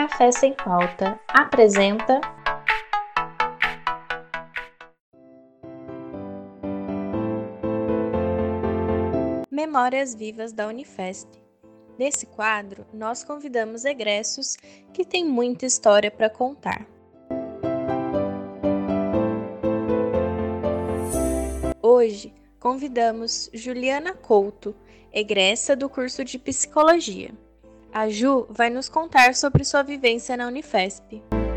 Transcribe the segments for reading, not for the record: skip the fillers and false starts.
Café Sem Pauta apresenta Memórias Vivas da Unifesp. Nesse quadro, nós convidamos egressos que têm muita história para contar. Hoje, convidamos Juliana Couto, egressa do curso de Psicologia. A Ju vai nos contar sobre sua vivência na Unifesp.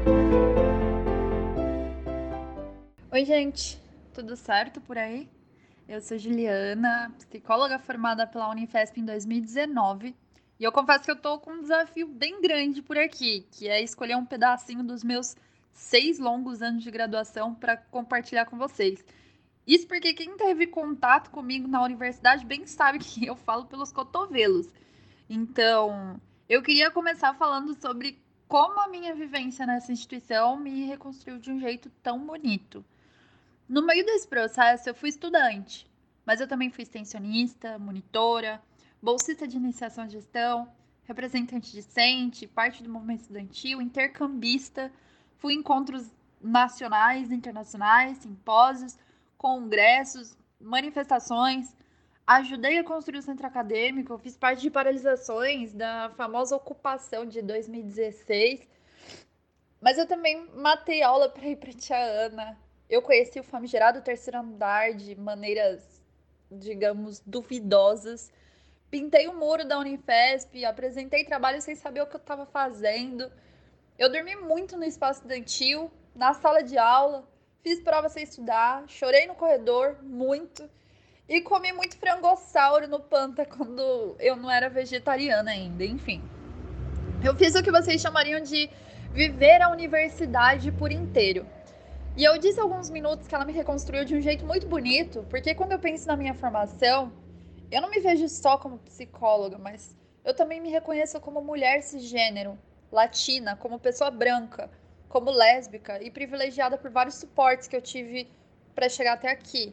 Oi, gente, tudo certo por aí? Eu sou Juliana, psicóloga formada pela Unifesp em 2019, e eu confesso que eu tô com um desafio bem grande por aqui, que é escolher um pedacinho dos meus 6 longos anos de graduação para compartilhar com vocês. Isso porque quem teve contato comigo na universidade bem sabe que eu falo pelos cotovelos. Então, eu queria começar falando sobre como a minha vivência nessa instituição me reconstruiu de um jeito tão bonito. No meio desse processo, eu fui estudante, mas eu também fui extensionista, monitora, bolsista de iniciação à gestão, representante discente, parte do movimento estudantil, intercambista, fui em encontros nacionais, internacionais, simpósios, congressos, manifestações, ajudei a construir o centro acadêmico, fiz parte de paralisações da famosa ocupação de 2016, mas eu também matei aula para ir para Tia Ana. Eu conheci o famigerado terceiro andar de maneiras, digamos, duvidosas. Pintei o muro da Unifesp, apresentei trabalho sem saber o que eu estava fazendo. Eu dormi muito no espaço estudantil, na sala de aula, fiz prova sem estudar, chorei no corredor, muito. E comi muito frangossauro no Panta quando eu não era vegetariana ainda, enfim. Eu fiz o que vocês chamariam de viver a universidade por inteiro. E eu disse há alguns minutos que ela me reconstruiu de um jeito muito bonito, porque quando eu penso na minha formação, eu não me vejo só como psicóloga, mas eu também me reconheço como mulher cisgênero, latina, como pessoa branca, como lésbica e privilegiada por vários suportes que eu tive para chegar até aqui.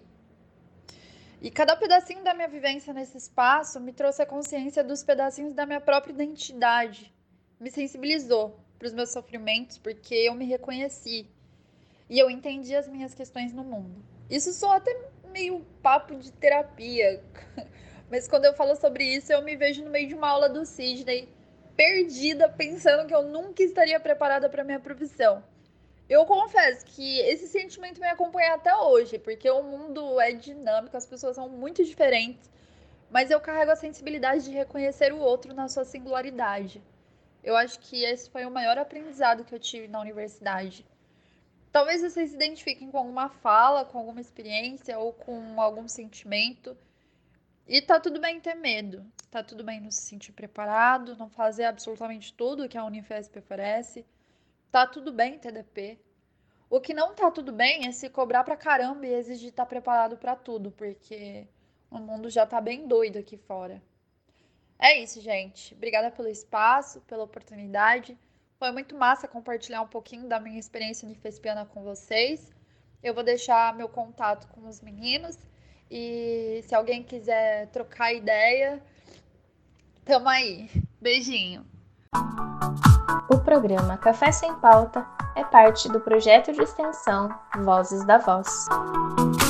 E cada pedacinho da minha vivência nesse espaço me trouxe a consciência dos pedacinhos da minha própria identidade. Me sensibilizou para os meus sofrimentos, porque eu me reconheci. E eu entendi as minhas questões no mundo. Isso soa até meio papo de terapia. Mas quando eu falo sobre isso, eu me vejo no meio de uma aula do Sidney, perdida, pensando que eu nunca estaria preparada para a minha profissão. Eu confesso que esse sentimento me acompanha até hoje, porque o mundo é dinâmico, as pessoas são muito diferentes, mas eu carrego a sensibilidade de reconhecer o outro na sua singularidade. Eu acho que esse foi o maior aprendizado que eu tive na universidade. Talvez vocês se identifiquem com alguma fala, com alguma experiência ou com algum sentimento. E tá tudo bem ter medo, tá tudo bem não se sentir preparado, não fazer absolutamente tudo que a Unifesp oferece. Tá tudo bem ter DP. O que não tá tudo bem é se cobrar pra caramba e exigir estar preparado pra tudo, porque o mundo já tá bem doido aqui fora. É isso, gente. Obrigada pelo espaço, pela oportunidade. Foi muito massa compartilhar um pouquinho da minha experiência unifespiana com vocês. Eu vou deixar meu contato com os meninos e se alguém quiser trocar ideia, tamo aí. Beijinho. O programa Café Sem Pauta é parte do projeto de extensão Vozes da Voz.